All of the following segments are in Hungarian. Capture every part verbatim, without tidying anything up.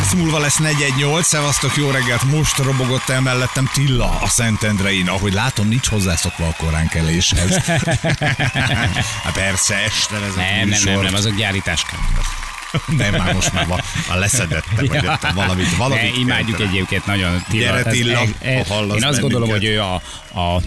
perc múlva lesz negyven nyolc, szevasztok, jó reggelt, most robogott el mellettem Tilla a Szentendrein, ahogy látom, nincs hozzászokva a koránkeléshez. Hát persze, este ez nem, nem, nem, nem, azok gyárításkák. Nem, már most már van, már leszedettem, vagy ja. valamit, valamit. Ne, imádjuk egyébként nagyon Tilla. Gyere Tilla, ez, ez, ha én azt gondolom, hogy ő a... a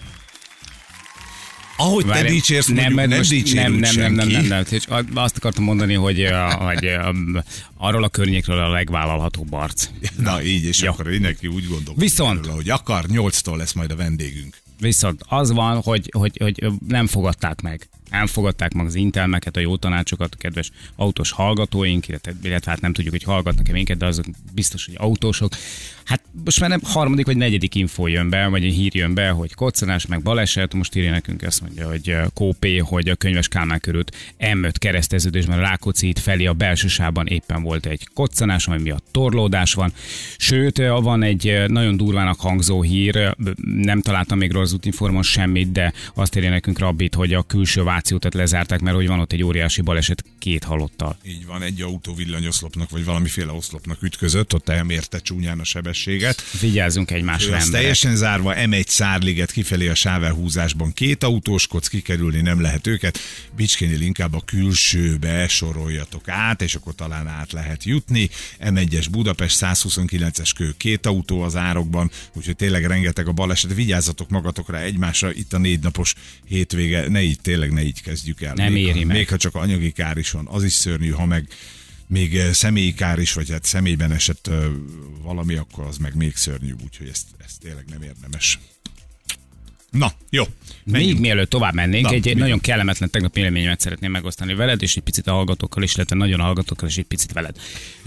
Ahogy te Várj, dicsérsz, nem, mondjuk, nem most dicsérünk nem, nem, nem, nem, nem, senki. nem. Azt akartam mondani, hogy, hogy arról a környékről a legvállalhatóbb arc. Na így, és ja. akkor mindenki úgy gondolkodik, Viszont, hogy akar, nyolctól lesz majd a vendégünk. Viszont az van, hogy, hogy, hogy nem fogadták meg. Nem fogadták meg az intelmeket, a jó tanácsokat, a kedves autós hallgatóink, illetve, illetve hát nem tudjuk, hogy hallgatnak-e minket, de azok biztos, hogy autósok. Hát most már nem harmadik vagy negyedik infó jön be, vagy egy hír jön be, hogy koccanás, meg baleset. Most írja nekünk azt mondja, hogy Kópé, hogy a Könyves Kálmán körút em öt kereszteződésben Rákóczi híd felé a belső sávban éppen volt egy koccanás, ami miatt torlódás van. Sőt, van egy nagyon durvának hangzó hír, nem találtam még róla az útinformon semmit, de azt írja nekünk Rabbit, hogy a külső Váci utat lezárták, mert hogy van ott egy óriási baleset két halottal. Így van, egy autó villanyoszlopnak, vagy valamiféle oszlopnak ütközött, ott elmérte csúnyán a sebességet. Vigyázzunk egymásra. Ez teljesen zárva, em egy Szárliget kifelé a sávelhúzásban két autós kikerülni nem lehet őket. Bicskénél inkább a külsőbe soroljatok át, és akkor talán át lehet jutni. em egyes Budapest százhuszonkilences kő, két autó az árokban, úgyhogy tényleg rengeteg a baleset. Vigyázzatok magatokra egymásra, itt a négy napos hétvége, ne így, tényleg ne így kezdjük el. Nem még, éri ha, meg. még ha csak anyagi kár is van, az is szörnyű, ha meg még személyi kár is, vagy hát személyben esett uh, valami, akkor az meg még szörnyűbb, úgyhogy ezt, ezt tényleg nem érdemes. Na, jó. Menjünk. Még mielőtt tovább mennénk, Na, egy, egy mi? nagyon kellemetlen tegnap véleményemet szeretném megosztani veled, és egy picit a hallgatókkal is, illetve nagyon a hallgatókkal, és egy picit veled.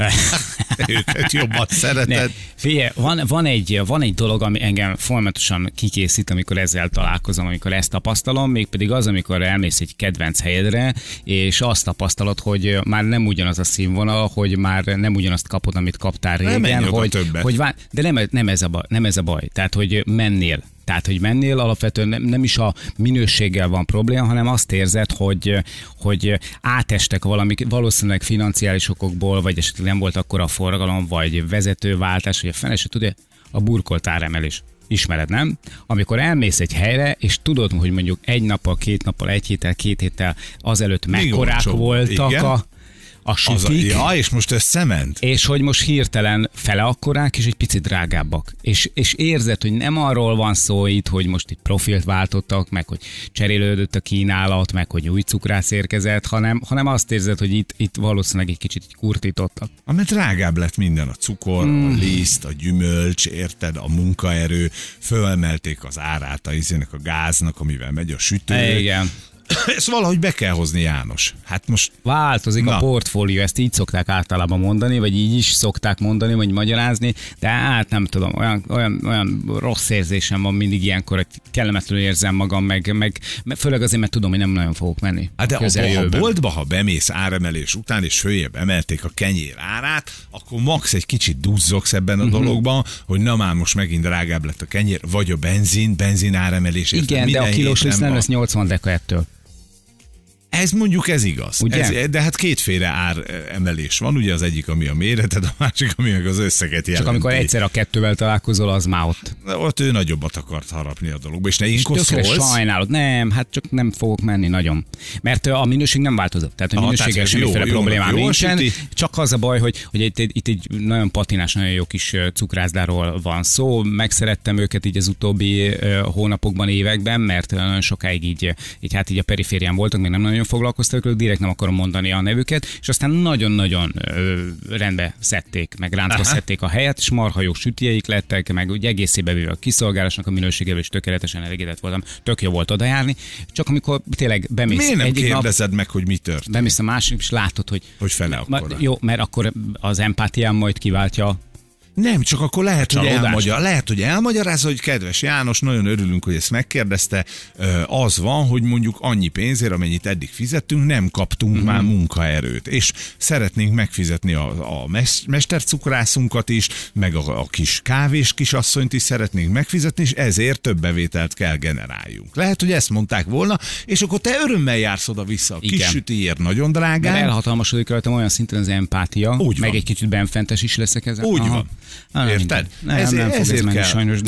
Őket jobban szereted. Figyelj, van, van, egy, van egy dolog, ami engem folyamatosan kikészít, amikor ezzel találkozom, amikor ezt tapasztalom, mégpedig az, amikor elmész egy kedvenc helyedre, és azt tapasztalod, hogy már nem ugyanaz a színvonal, hogy már nem ugyanazt kapod, amit kaptál régen, hogy, hogy vár, de nem, nem, ez a baj, nem ez a baj, tehát hogy mennél. Tehát, hogy mennél, alapvetően nem, nem is a minőséggel van probléma, hanem azt érzed, hogy, hogy átestek valami, valószínűleg financiális okokból, vagy esetleg nem volt akkora a forgalom, vagy vezetőváltás, vagy a fene se tudja, a burkolt áremelés. Ismered, nem? Amikor elmész egy helyre, és tudod, hogy mondjuk egy nappal, két nappal, egy héttel, két héttel azelőtt mekkorák voltak igen. a a sütik, ja, és most összement? És hogy most hirtelen fele akkorák, és egy picit drágábbak. És, és érzed, hogy nem arról van szó itt, hogy most itt profilt váltottak, meg hogy cserélődött a kínálat, meg hogy új cukrász érkezett, hanem, hanem azt érzed, hogy itt, itt valószínűleg egy kicsit kurtítottak. Mert drágább lett minden, a cukor, hmm. a liszt, a gyümölcs, érted, a munkaerő, fölmelték az árát a izének, a gáznak, amivel megy a sütő. Igen. Ezt valahogy be kell hozni, János. Hát most... Változik Na. a portfólió, ezt így szokták általában mondani, vagy így is szokták mondani, vagy magyarázni, de hát nem tudom, olyan, olyan, olyan rossz érzésem van mindig ilyenkor, hogy kellemetlenül érzem magam, meg, meg főleg azért, mert tudom, hogy nem nagyon fogok menni. Hát de a, a boltba, ha bemész áremelés után, és följebb emelték a kenyér árát, akkor max egy kicsit duzzogsz ebben a uh-huh. dologban, hogy na már most megint drágább lett a kenyér, vagy a benzin, benzin áremelés. Igen, de a kilós liszt nem lesz nyolcvan deka ettől. Ez mondjuk ez igaz. Ez, de hát kétféle áremelés van, ugye az egyik, ami a méreted, a másik, ami meg az összeget jelenti. Csak amikor egyszer a kettővel találkozol, az már ott. De ott ő nagyobbat akart harapni a dologba, és ne ilyenkor szólsz. Sajnálod. Nem, hát csak nem fogok menni nagyon. Mert a minőség nem változott. Tehát a minőséggel semmiféle problémám nincsen. Süti. Csak az a baj, hogy, hogy itt, itt egy nagyon patinás, nagyon jó kis cukrászdáról van szó. Megszerettem őket így az utóbbi hónapokban, években, mert nagyon sokáig így, így, hát így a periférián voltak, még nem nagyon foglalkoztak ők, direkt nem akarom mondani a nevüket, és aztán nagyon-nagyon ö, rendbe szedték, meg ráncba szedték a helyet, és marha jó sütjeik lettek, meg úgy egészében véve a kiszolgálásnak a minőségével is tökéletesen elégedett voltam. Tök jó volt odajárni, csak amikor tényleg bemész miért nem egyik kérdezed nap, meg, hogy mi történt? Bemész a másik, és látod, hogy... Hogy fele akkor. Jó, mert akkor az empátiám majd kiváltja. Nem, csak akkor lehet, hogy, Csalódás? elmagyar, lehet, hogy elmagyarázza, hogy kedves János, nagyon örülünk, hogy ezt megkérdezte. Az van, hogy mondjuk annyi pénzért, amennyit eddig fizettünk, nem kaptunk mm-hmm. már munkaerőt. És szeretnénk megfizetni a, a mestercukrászunkat is, meg a, a kis kávés kisasszonyt is szeretnénk megfizetni, és ezért több bevételt kell generáljunk. Lehet, hogy ezt mondták volna, és akkor te örömmel jársz oda-vissza. A kis sütiért nagyon drágán. De elhatalmasodik rajtam olyan szinten az empátia, úgy meg van. Egy kicsit benfentes is leszek ezen. Úgy Aha. van. Ah, Érted? Nem, ezért nem fog ezért ez menni kell. sajnos.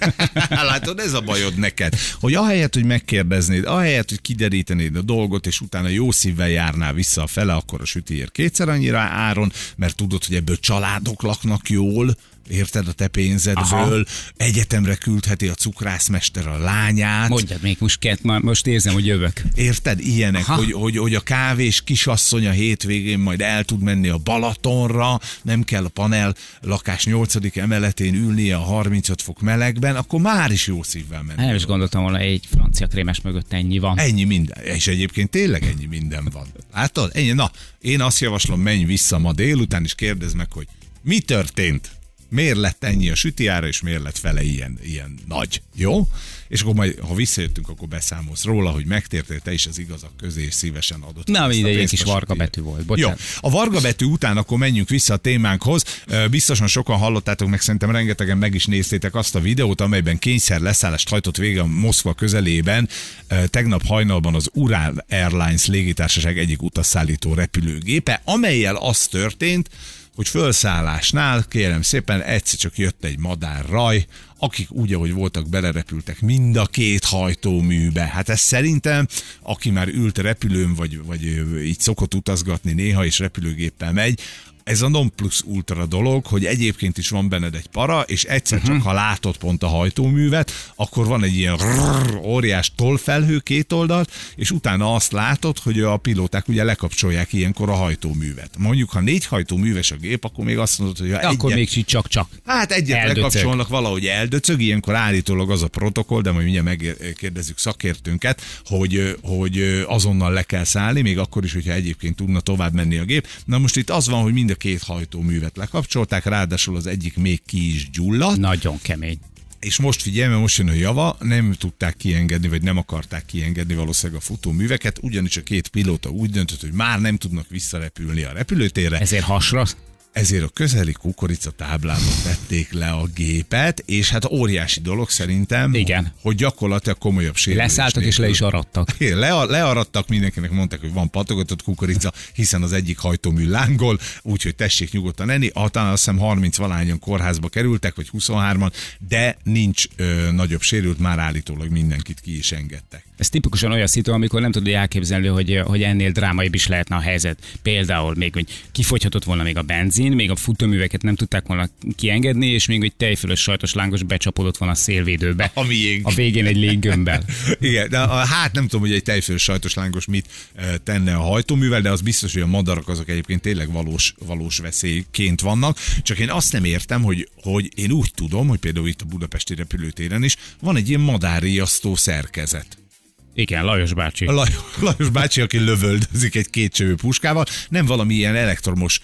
Látod, ez a bajod neked, hogy ahelyett, hogy megkérdeznéd, ahelyett, hogy kiderítenéd a dolgot, és utána jó szívvel járnál vissza a fele, akkor a sütiért kétszer annyira áron, mert tudod, hogy ebből családok laknak jól, érted, a te pénzedből, aha. egyetemre küldheti a cukrászmester a lányát. Mondjad még, most, kett, most érzem, hogy jövök. Érted? Ilyenek, hogy, hogy, hogy a kávés kisasszony a hétvégén majd el tud menni a Balatonra, nem kell a panel lakás nyolcadik emeletén ülnie a harmincöt fok melegben, akkor már is jó szívvel menni. Nem is gondoltam volna, egy francia krémes mögött ennyi van. Ennyi minden. És egyébként tényleg ennyi minden van. Látod? Ennyi. Na, én azt javaslom, menj vissza ma délután, és kérdezd meg, hogy mi történt? Miért lett ennyi a sütiára, és miért lett fele ilyen, ilyen nagy? Jó? És akkor majd, ha visszajöttünk, akkor beszámolsz róla, hogy megtértél te is az igazak közé, és szívesen adott. Na, mindegy, egy kis varga betű volt. Bocsánat. Jó, a varga betű után akkor menjünk vissza a témánkhoz. Biztosan sokan hallottátok, meg szerintem rengetegen meg is néztétek azt a videót, amelyben kényszer leszállást hajtott végre a Moszkva közelében. Tegnap hajnalban az Ural Airlines légitársaság egyik utasszállító repülőgépe, amellyel az történt, hogy felszállásnál, kérem szépen, egyszer csak jött egy madárraj, akik úgy, ahogy voltak, belerepültek mind a két hajtóműbe. Hát ez szerintem, aki már ült repülőn, vagy, vagy így szokott utazgatni néha, és repülőgéppel megy, ez a non plus ultra dolog, hogy egyébként is van benned egy para, és egyszer csak, ha látod pont a hajtóművet, akkor van egy ilyen rrr, óriás tollfelhő két oldalt, és utána azt látod, hogy a pilóták ugye lekapcsolják ilyenkor a hajtóművet. Mondjuk, ha négy hajtóműves a gép, akkor még azt mondod, hogy ha akkor egyet, még csak-csak. Hát egyet eldöcög. lekapcsolnak, valahogy eldöcög, ilyenkor állítólag az a protokoll, de majd mindjárt megkérdezzük szakértőnket, hogy, hogy azonnal le kell szállni, még akkor is, hogyha egyébként tudna tovább menni a gép. Na most itt az van, hogy mind a két hajtóművet lekapcsolták, ráadásul az egyik még ki is gyulladt. Nagyon kemény. És most figyelj, mert most jön a java, nem tudták kiengedni, vagy nem akarták kiengedni valószínűleg a futóműveket, ugyanis a két pilóta úgy döntött, hogy már nem tudnak visszarepülni a repülőtérre. Ezért hasra? Ezért a közeli kukorica táblában tették le a gépet, és hát óriási dolog szerintem, igen, hogy gyakorlatilag komolyabb sérülés. Leszálltak és le is aradtak. Le, learadtak, mindenkinek mondták, hogy van patogatott kukorica, hiszen az egyik hajtómű lángol, úgyhogy tessék nyugodtan enni. Talán azt hiszem harminc valahányan kórházba kerültek, vagy huszonhárman, de nincs ö, nagyobb sérült, már állítólag mindenkit ki is engedtek. Ez tipikusan olyan szitu, amikor nem tudod elképzelni, hogy, hogy ennél drámaibb is lehetne a helyzet. Például még, hogy kifogyhatott volna még a benzin, még a futóműveket nem tudták volna kiengedni, és még egy tejfölös sajtos lángos becsapódott volna a szélvédőbe. A miénk. A végén egy léggömbbel. Igen, de a, hát nem tudom, hogy egy tejfölös sajtos lángos mit tenne a hajtóművel, de az biztos, hogy a madarak azok egyébként tényleg valós, valós veszélyként vannak. Csak én azt nem értem, hogy, hogy én úgy tudom, hogy például itt a budapesti repülőtéren is van egy ilyen madárriasztó szerkezet. Igen, Lajos bácsi. A Laj, Lajos bácsi, aki lövöldözik egy kétcsövű puskával, nem valami ilyen elektromos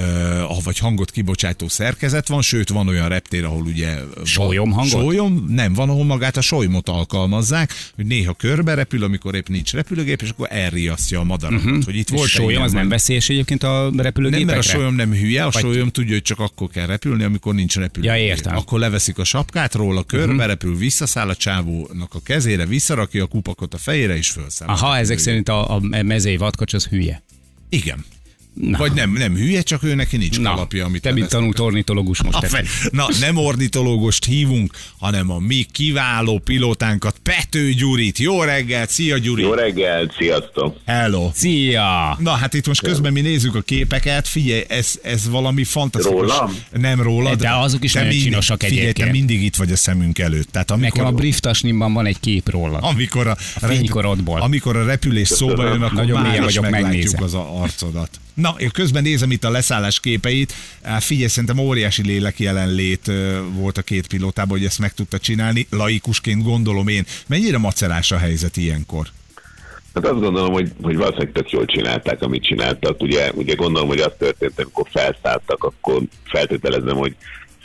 uh, vagy hangot kibocsátó szerkezet van, sőt van olyan reptér, ahol ugye... Sólyom hangot? Sólyom, nem, van, ahol magát a sólymot alkalmazzák, hogy néha körbe repül, amikor épp nincs repülőgép, és akkor elriasztja a madarakat. Uh-huh. Hogy itt volt sólyom az nem veszélyes egyébként a repülőgépekre? Nem, mert a sólyom nem hülye, a vagy... sólyom tudja, hogy csak akkor kell repülni, amikor nincs repülőgép. Ja, értem. Akkor leveszik a sapkát róla, körbe uh-huh. repül, visszaszáll a csávónak a kezére, visszarakja a kupakot a fejére is felszáll. Aha, ezek szerint a, a mezei vadkacs az hülye. Igen. Na. Vagy nem, nem hülye, csak ő neki nincs kalapja, amit... Te, mint tanult ornitológus most. Fe, na, nem ornitológust hívunk, hanem a mi kiváló pilótánkat, Pető Gyurit. Jó reggelt, szia Gyuri! Jó reggelt, sziasztok! Hello! Szia! Na, hát itt most közben mi nézzük a képeket, figyelj, ez, ez valami fantasztikus. Rólam? Nem rólad. De azok is nagyon mindig, csinosak figyelj, egyébként. te mindig itt vagy a szemünk előtt. Tehát amikor, nekem a brieftasnimban van egy kép rólad. Amikor a, a fénykorodból. Amikor a repülés szóba jön, akkor nagyon már vagyok, meglátjuk megnézem. az arcodat. Na, én közben nézem itt a leszállás képeit. Figyelj, szerintem óriási lélek jelenlét volt a két pilótában, hogy ezt meg tudta csinálni. Laikusként gondolom én. Mennyire macerás a helyzet ilyenkor? Hát azt gondolom, hogy, hogy valószínűleg tök jól csinálták, amit csináltak. Ugye, ugye gondolom, hogy az történt, amikor felszálltak, akkor feltételezem, hogy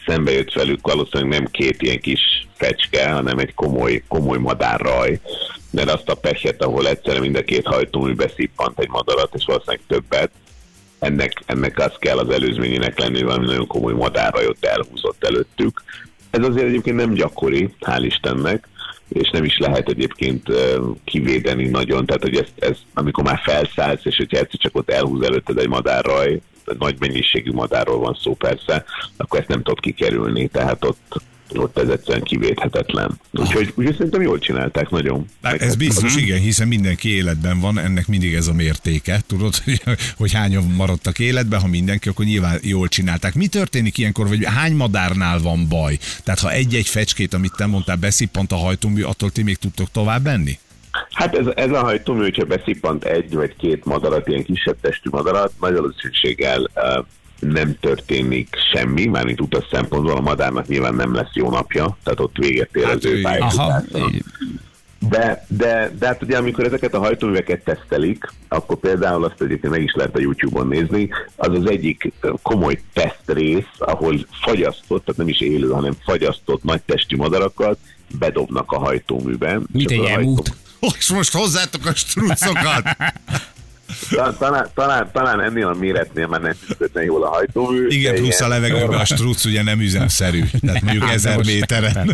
szembe jött velük valószínűleg nem két ilyen kis fecske, hanem egy komoly, komoly madárraj, mert azt a pehet, ahol egyszerre mind a két hajtómű beszippant egy madarat, és valószínűleg többet, ennek, ennek az kell az előzményének lenni, valami nagyon komoly madárrajot elhúzott előttük. Ez azért egyébként nem gyakori, hál' Istennek, és nem is lehet egyébként kivédeni nagyon, tehát hogy ezt, ezt amikor már felszállsz, és hogyha egyszer csak ott elhúz előtted egy madárraj, nagy mennyiségű madárról van szó persze, akkor ezt nem tudod kikerülni, tehát ott, ott ez egyszerűen kivédhetetlen. Úgyhogy, úgyhogy szerintem jól csinálták nagyon. Ez biztos, igen, hiszen mindenki életben van, ennek mindig ez a mértéke, tudod, hogy, hogy hányan maradtak életben, ha mindenki, akkor nyilván jól csinálták. Mi történik ilyenkor, vagy hány madárnál van baj? Tehát ha egy-egy fecskét, amit te mondtál, beszippant a hajtómű, attól ti még tudtok tovább menni? Hát ez, ez a hajtómű, hogyha beszippant egy vagy két madarat, ilyen kisebb testű madarat, nagy valószínűséggel uh, nem történik semmi, mármint utas szempontból a madárnak nyilván nem lesz jó napja, tehát ott véget ér az ő pályafutása. De, de, de hát ugye amikor ezeket a hajtóműveket tesztelik, akkor például azt egyébként meg is lehet a YouTube-on nézni, az az egyik komoly tesztrész, ahol fagyasztott, tehát nem is élő, hanem fagyasztott nagy testű madarakat bedobnak a hajtóműben. Mit egy emút? És most hozzátok a strucokat! Talán, talán, talán ennél a méretnél már nem működne jól a hajtómű. Igen, plusz a levegőben a struc ugye nem üzemszerű, tehát mondjuk ezer méteren.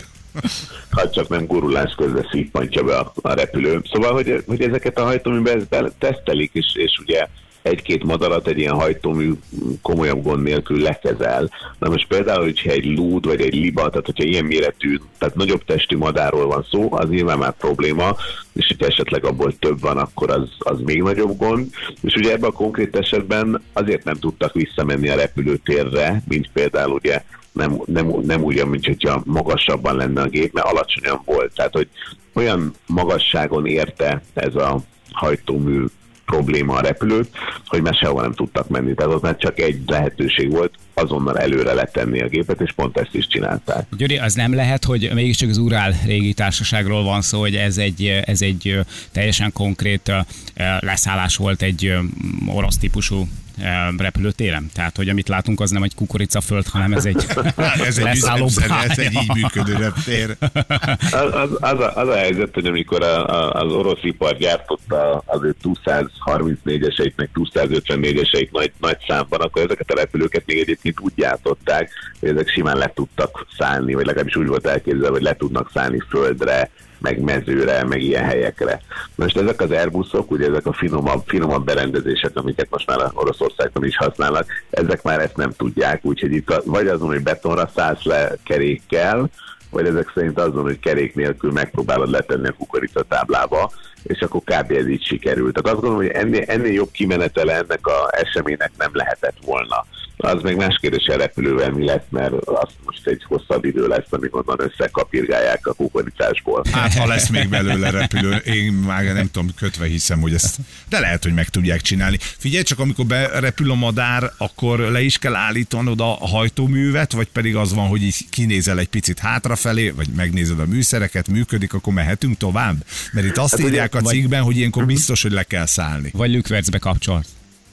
Ha csak nem gurulás közben szippantja be a, a repülő. Szóval, hogy, hogy ezeket a hajtóműben tesztelik, és, és ugye egy-két madarat egy ilyen hajtómű komolyabb gond nélkül lekezel. Na most például, hogyha egy lúd vagy egy liba, tehát hogyha ilyen méretű, tehát nagyobb testű madárról van szó, az nyilván már probléma, és hogyha esetleg abból több van, akkor az, az még nagyobb gond. És ugye ebben a konkrét esetben azért nem tudtak visszamenni a repülőtérre, mint például ugye nem, nem, nem úgy, mint hogyha magasabban lenne a gép, mert alacsonyan volt. Tehát, hogy olyan magasságon érte ez a hajtómű probléma a repülőt, hogy már sehova nem tudtak menni. Tehát ott már csak egy lehetőség volt, azonnal előre letenni a gépet, és pont ezt is csinálták. Gyuri, az nem lehet, hogy mégiscsak az Ural légitársaságról van szó, hogy ez egy, ez egy teljesen konkrét leszállás volt egy orosz típusú repülőtéren? Tehát, hogy amit látunk, az nem egy kukoricaföld, hanem ez egy ez egy üzemszerű, ez egy így működő reptér. Az, az, az, a, az a helyzet, hogy amikor a, a, az orosz ipar gyártotta az ő kétszázharmincnégyeseit, meg kétszázötvennégyeseit nagy, nagy számban, akkor ezeket a repülőket még egyébként úgy gyártották, hogy ezek simán le tudtak szállni, vagy legalábbis úgy volt elképzelve, hogy le tudnak szállni földre, meg mezőre, meg ilyen helyekre. Most ezek az Airbusok, ugye ezek a finomabb, finomabb berendezések, amiket most már Oroszországban is használnak, ezek már ezt nem tudják, úgyhogy itt a, vagy azon, hogy betonra szállsz le kerékkel, vagy ezek szerint azon, hogy kerék nélkül megpróbálod letenni a kukoricatáblába, és akkor kb. Ez így sikerült. Tehát azt gondolom, hogy ennél, ennél jobb kimenetele ennek az eseménynek nem lehetett volna. Az meg más kérdés, a repülővel mi lesz, mert az most egy hosszabb idő lesz, amikor onnan összekapirgálják a kukoricásból. Hát, ha lesz még belőle repülő, én már nem tudom, kötve hiszem, hogy ezt, de lehet, hogy meg tudják csinálni. Figyelj csak, amikor berepül a madár, akkor le is kell állítanod a hajtóművet, vagy pedig az van, hogy így kinézel egy picit hátrafelé, vagy megnézed a műszereket, működik, akkor mehetünk tovább? Mert itt azt hát írják ugye, a cikkben, vagy... hogy ilyenkor biztos, hogy le kell szállni. Vagy lükvercbe kapcsolt.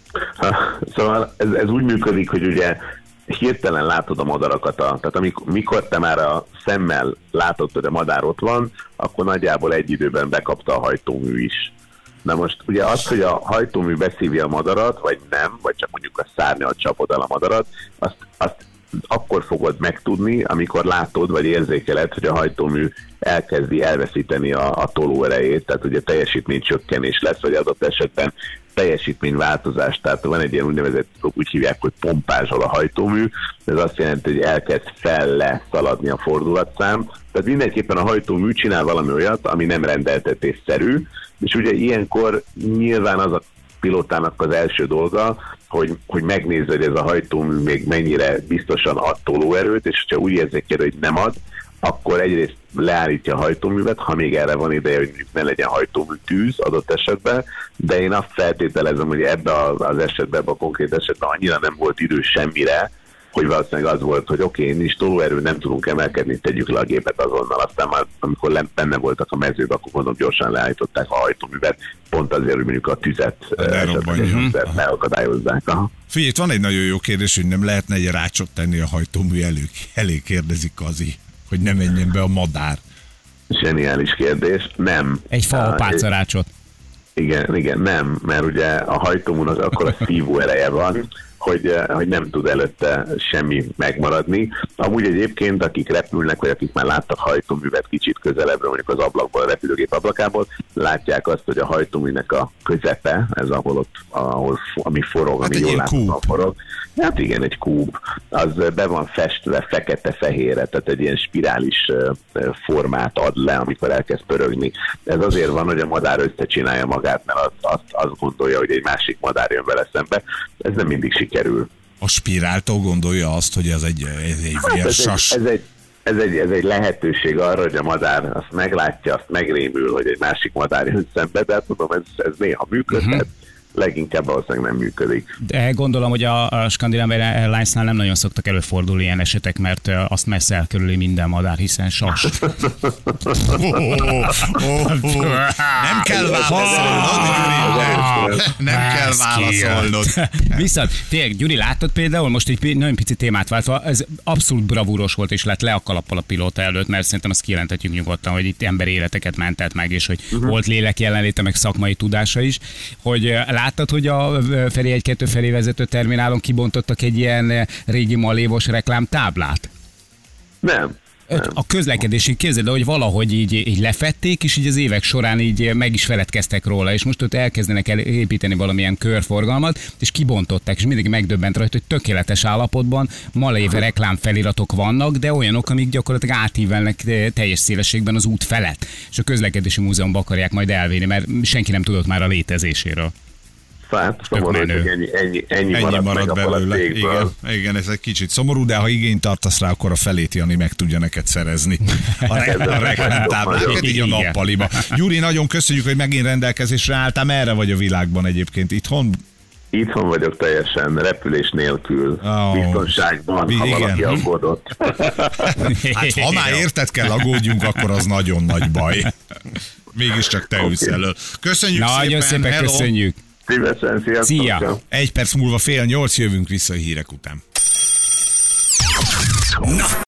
Szóval ez, ez úgy működik, hogy ugye hirtelen látod a madarakat, a, tehát amikor, mikor te már a szemmel látod, hogy a madár ott van, akkor nagyjából egy időben bekapta a hajtómű is. Na most ugye az, hogy a hajtómű beszívja a madarat, vagy nem, vagy csak mondjuk a szárnyal csapod el a madarat, azt, azt akkor fogod megtudni, amikor látod, vagy érzékeled, hogy a hajtómű elkezdi elveszíteni a, a tolóerejét, tehát ugye teljesítménycsökkenés lesz, vagy adott esetben teljesítményváltozás, tehát van egy ilyen úgynevezett, úgy hívják, hogy pompázsol a hajtómű, ez azt jelenti, hogy elkezd fel-le szaladni a fordulatszám, tehát mindenképpen a hajtómű csinál valami olyat, ami nem rendeltetésszerű, és ugye ilyenkor nyilván az a pilótának az első dolga, hogy, hogy megnézze, hogy ez a hajtómű még mennyire biztosan ad tolóerőt, és ha úgy érzékel, hogy nem ad, akkor egyrészt leállítja a hajtóművet, ha még erre van ideje, hogy ne legyen hajtómű tűz adott esetben, de én azt feltételezem, hogy ebben az esetben, ebben a konkrét esetben annyira nem volt idő semmire, hogy valószínűleg az volt, hogy oké, okay, nincs tolóerő, nem tudunk emelkedni, tegyük le a gépet azonnal. Aztán már, amikor benne voltak a mezők, akkor mondom, gyorsan leállították a hajtóművet, pont azért, hogy mondjuk a tüzet megakadályozzák. Aha. Figyelj, itt van egy nagyon jó kérdés, hogy nem lehetne egy rácsot tenni a hajtómű elő, elé, kérdezik Kazi, hogy ne menjen be a madár. Zseniális kérdés. Nem. Egy faapáca rácsot. Igen, igen, nem, mert ugye a hajtóműnek akkor a szívó ereje van, hogy, hogy nem tud előtte semmi megmaradni. Amúgy egyébként, akik repülnek, vagy akik már láttak hajtóművet kicsit közelebbről, mondjuk az ablakból, a repülőgép ablakából, látják azt, hogy a hajtóműnek a közepe, ez ahol ott, ahol, ami forog, hát ami jól látható forog. Hát igen, egy kúp. Az be van festve fekete-fehérre, tehát egy ilyen spirális formát ad le, amikor elkezd pörögni. Ez azért van, hogy a madár összecsinálja magát, mert azt, azt, azt gondolja, hogy egy másik madár jön vele szembe. Ez nem mindig sikerül. A spiráltól gondolja azt, hogy ez egy, ez egy hát ez sas... Egy, ez, egy, ez, egy, ez egy lehetőség arra, hogy a madár azt meglátja, azt megrémül, hogy egy másik madár jön szembe, de hát mondom, ez, ez néha működhet. Uh-huh. Leginkább valószínűleg nem működik. De gondolom, hogy a, a Scandinavian Airlines-nál nem nagyon szoktak előfordulni ilyen esetek, mert azt messze elkerüli minden madár, hiszen sas. Nem kell válaszolnod, nem kell válaszolnod. Viszont, tényleg, Gyuri, láttad például, most egy nagyon pici témát váltva, ez abszolút bravúros volt, és lett le a kalappal a pilóta előtt, mert szerintem azt kijelentetjük nyugodtan, hogy itt ember életeket mentett meg, és hogy uh-huh. volt lélek jelenléte, meg szakmai tudása is, hogy láttad, hogy a Feri egy kettő felé vezető terminálon kibontottak egy ilyen régi malévos reklámtáblát? Nem. Nem. A közlekedési, képzeld, hogy valahogy így, így lefették, és így az évek során így meg is feledkeztek róla, és most ott elkezdenek el építeni valamilyen körforgalmat, és kibontották, és mindenki megdöbbent rajta, hogy tökéletes állapotban malév reklámfeliratok vannak, de olyanok, amik gyakorlatilag átívelnek teljes szélességben az út felett, és a közlekedési múzeumba akarják majd elvinni, mert senki nem tudott már a létezéséről. Hát, szomorú, hogy ennyi, ennyi, ennyi, ennyi marad, marad belőle. Igen, igen, ez egy kicsit szomorú, de ha igényt tartasz rá, akkor a felét Jani meg tudja neked szerezni. A, a reklámtáblát, így a nappaliba. Gyuri, nagyon köszönjük, hogy megint rendelkezésre álltál. Merre vagy a világban egyébként? Itthon? Itthon vagyok teljesen, repülés nélkül, oh, biztonságban, ha igen. valaki aggódott. Hát ha már érted kell aggódjunk, akkor az nagyon nagy baj. Mégiscsak te ülsz okay. elől. Köszönjük nagyon szépen. szépen hello. Köszönjük. Szívesen, sziasztok. Szia. Egy perc múlva fél nyolc, jövünk vissza a hírek után. Na.